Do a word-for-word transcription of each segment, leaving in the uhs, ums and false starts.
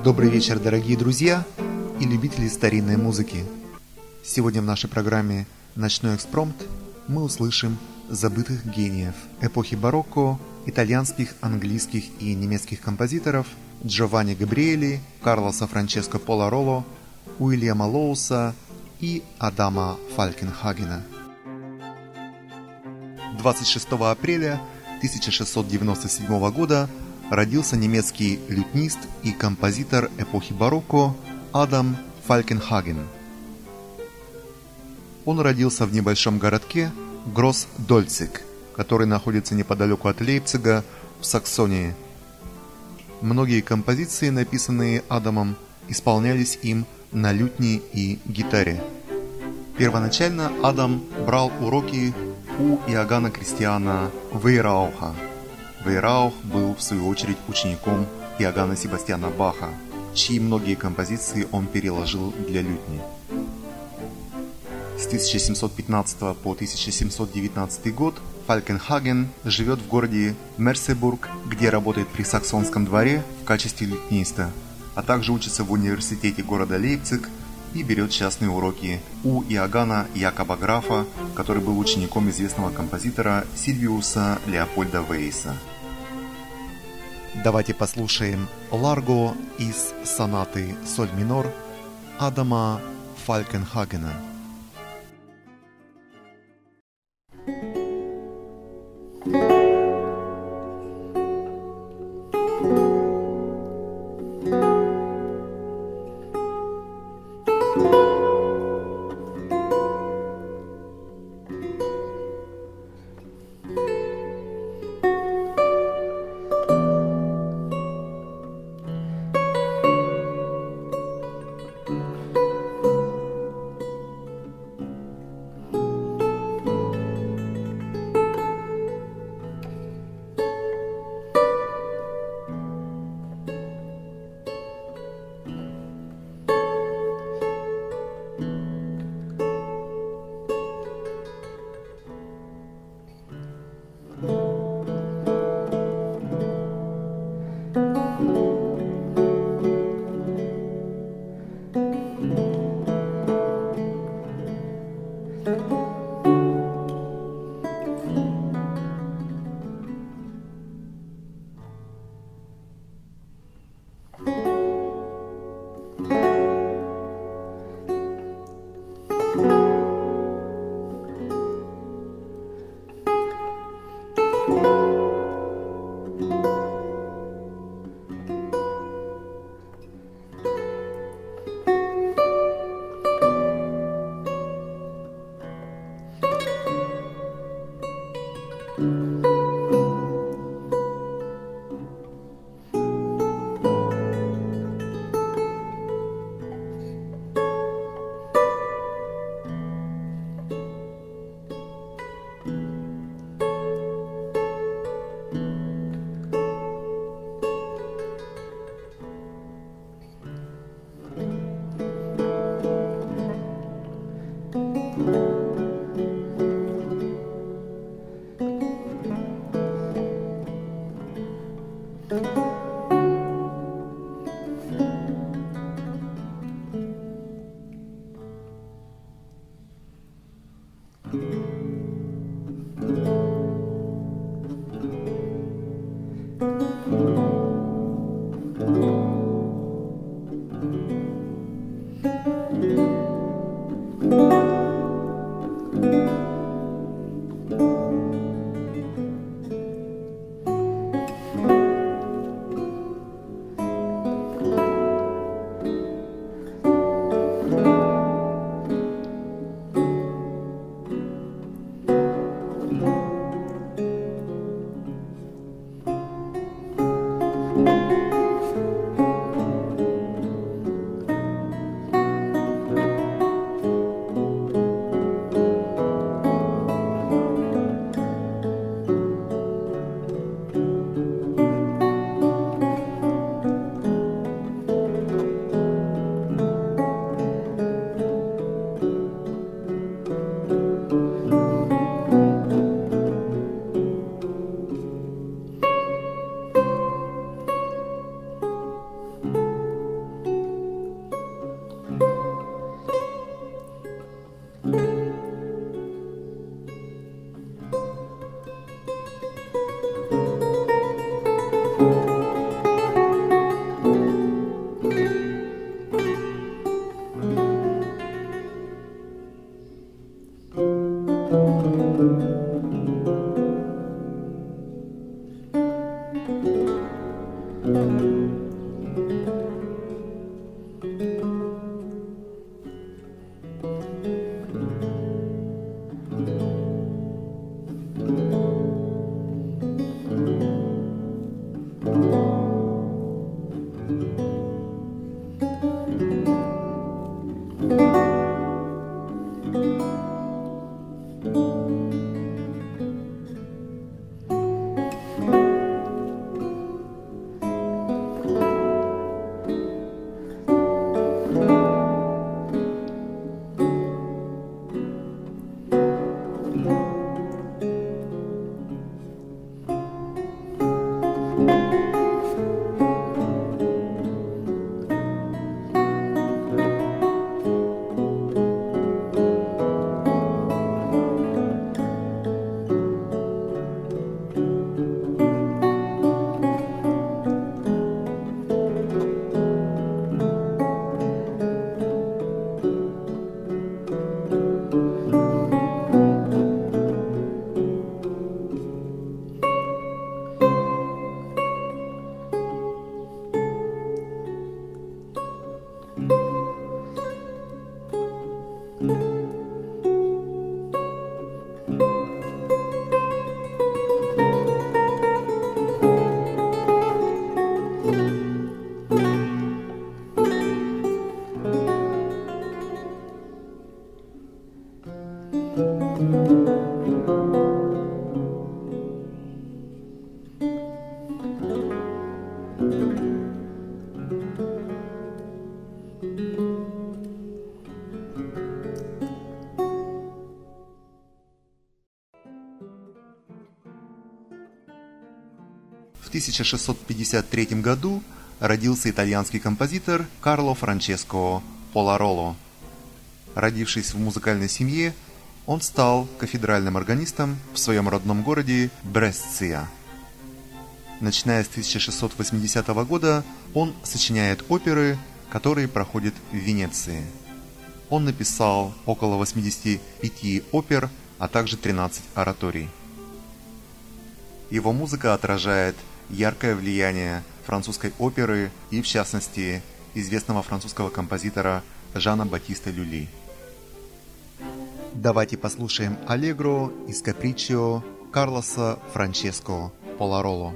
Добрый вечер, дорогие друзья и любители старинной музыки. Сегодня в нашей программе «Ночной экспромт» мы услышим забытых гениев эпохи барокко, итальянских, английских и немецких композиторов Джованни Габриэли, Карлоса Франческо Полароло, Уильяма Лоуса и Адама Фалькенхагена. двадцать шестого апреля тысяча шестьсот девяносто седьмого года родился немецкий лютнист и композитор эпохи барокко Адам Фалькенхаген. Он родился в небольшом городке Гросс-Дольциг, который находится неподалеку от Лейпцига в Саксонии. Многие композиции, написанные Адамом, исполнялись им на лютне и гитаре. Первоначально Адам брал уроки у Иоганна Кристиана Вейрауха. Вейраух был, в свою очередь, учеником Иоганна Себастьяна Баха, чьи многие композиции он переложил для лютни. С тысяча семьсот пятнадцатого по тысяча семьсот девятнадцатый год Фалькенхаген живет в городе Мерсебург, где работает при саксонском дворе в качестве лютниста, а также учится в университете города Лейпциг и берет частные уроки у Иоганна Якоба Графа, который был учеником известного композитора Сильвиуса Леопольда Вейса. Давайте послушаем Ларго из сонаты соль минор Адама Фалькенхагена. В тысяча шестьсот пятьдесят третьем году родился итальянский композитор Карло Франческо Полароло. Родившись в музыкальной семье, он стал кафедральным органистом в своем родном городе Бресция. Начиная с тысяча шестьсот восьмидесятого года он сочиняет оперы, которые проходят в Венеции. Он написал около восьмидесяти пяти опер, а также тринадцать ораторий. Его музыка отражает яркое влияние французской оперы и, в частности, известного французского композитора Жана Батиста Люли. Давайте послушаем аллегро из каприччио Карлоса Франческо Полароло.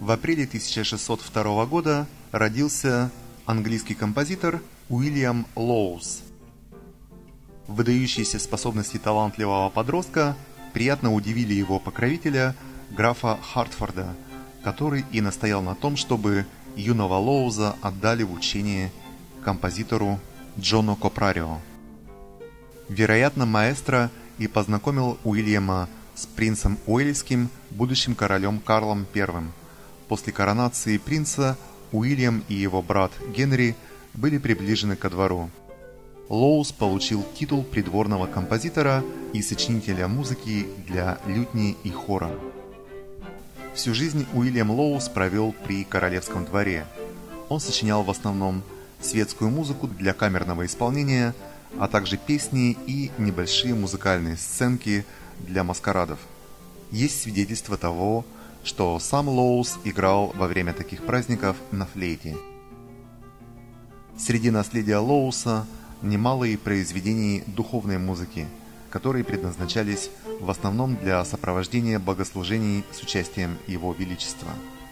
В апреле тысяча шестьсот второго года родился английский композитор Уильям Лоус. Выдающиеся способности талантливого подростка приятно удивили его покровителя, графа Хартфорда, который и настоял на том, чтобы юного Лоуза отдали в учение композитору Джону Копрарио. Вероятно, маэстро и познакомил Уильяма с принцем Уэльским, будущим королем Карлом Первым. После коронации принца Уильям и его брат Генри были приближены ко двору. Лоус получил титул придворного композитора и сочинителя музыки для лютни и хора. Всю жизнь Уильям Лоус провел при королевском дворе. Он сочинял в основном светскую музыку для камерного исполнения, а также песни и небольшие музыкальные сценки для маскарадов. Есть свидетельство того, что сам Лоус играл во время таких праздников на флейте. Среди наследия Лоуса немало и произведений духовной музыки, которые предназначались в основном для сопровождения богослужений с участием Его Величества.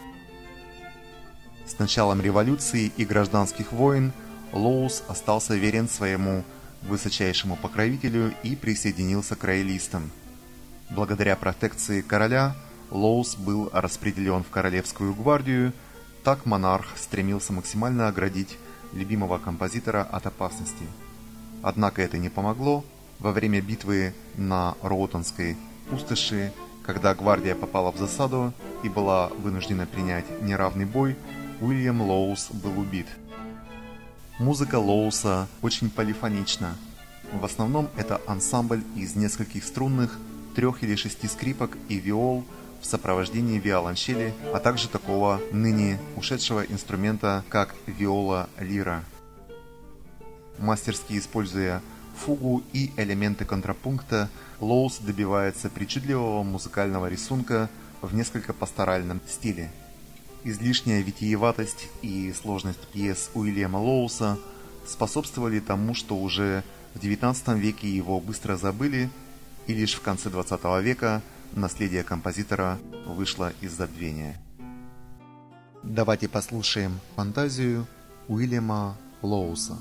С началом революции и гражданских войн Лоус остался верен своему высочайшему покровителю и присоединился к роялистам. Благодаря протекции короля Лоус был распределен в Королевскую гвардию, так монарх стремился максимально оградить любимого композитора от опасности. Однако это не помогло. Во время битвы на Роутонской пустоши, когда гвардия попала в засаду и была вынуждена принять неравный бой, Уильям Лоус был убит. Музыка Лоуса очень полифонична. В основном это ансамбль из нескольких струнных, трех или шести скрипок и виол в сопровождении виолончели, а также такого ныне ушедшего инструмента, как виола-лира. Мастерски используя фугу и элементы контрапункта, Лоус добивается причудливого музыкального рисунка в несколько пасторальном стиле. Излишняя витиеватость и сложность пьес Уильяма Лоуса способствовали тому, что уже в девятнадцатом веке его быстро забыли, и лишь в конце двадцатого века наследие композитора вышло из забвения. Давайте послушаем фантазию Уильяма Лоуса.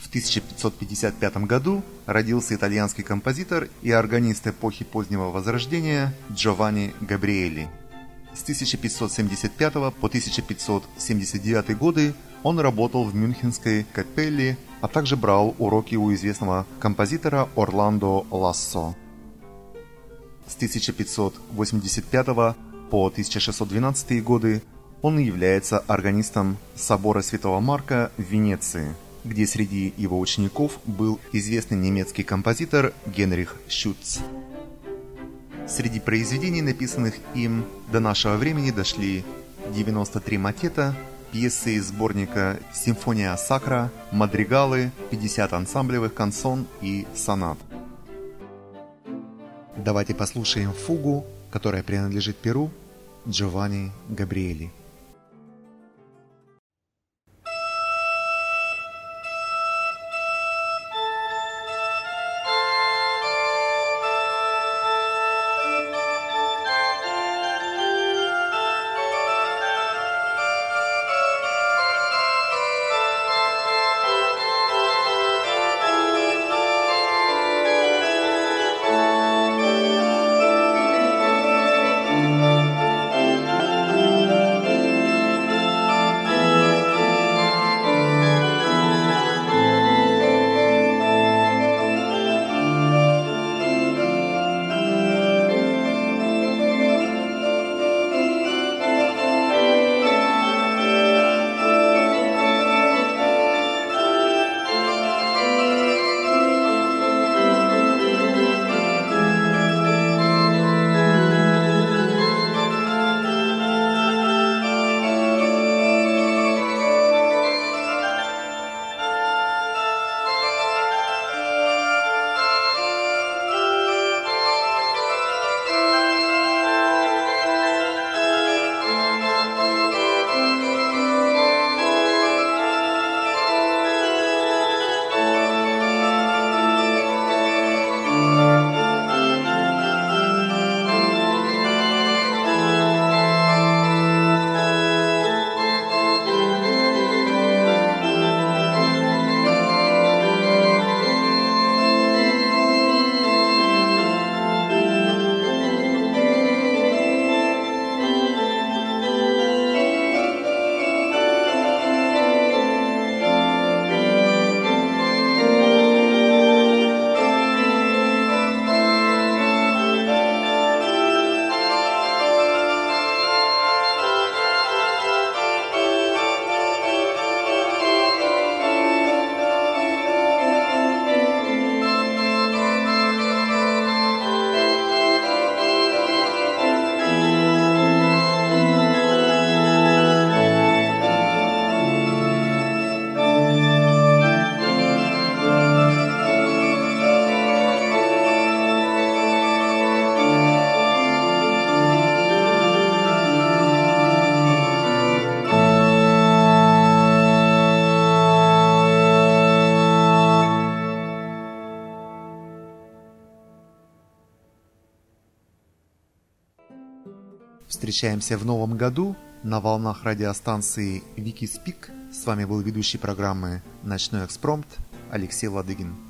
В тысяча пятьсот пятьдесят пятом году родился итальянский композитор и органист эпохи позднего Возрождения Джованни Габриэли. С тысяча пятьсот семьдесят пятого по тысяча пятьсот семьдесят девятый годы он работал в Мюнхенской капелле, а также брал уроки у известного композитора Орландо Лассо. С тысяча пятьсот восемьдесят пятого по тысяча шестьсот двенадцатый годы он является органистом собора Святого Марка в Венеции, где среди его учеников был известный немецкий композитор Генрих Шюц. Среди произведений, написанных им до нашего времени, дошли девяносто три макета, пьесы из сборника «Симфония Сакра», мадригалы, пятьдесят ансамблевых кансон и сонат. Давайте послушаем фугу, которая принадлежит перу Джованни Габриэли. Встречаемся в новом году на волнах радиостанции Wiki Speak. С вами был ведущий программы «Ночной экспромт» Алексей Ладыгин.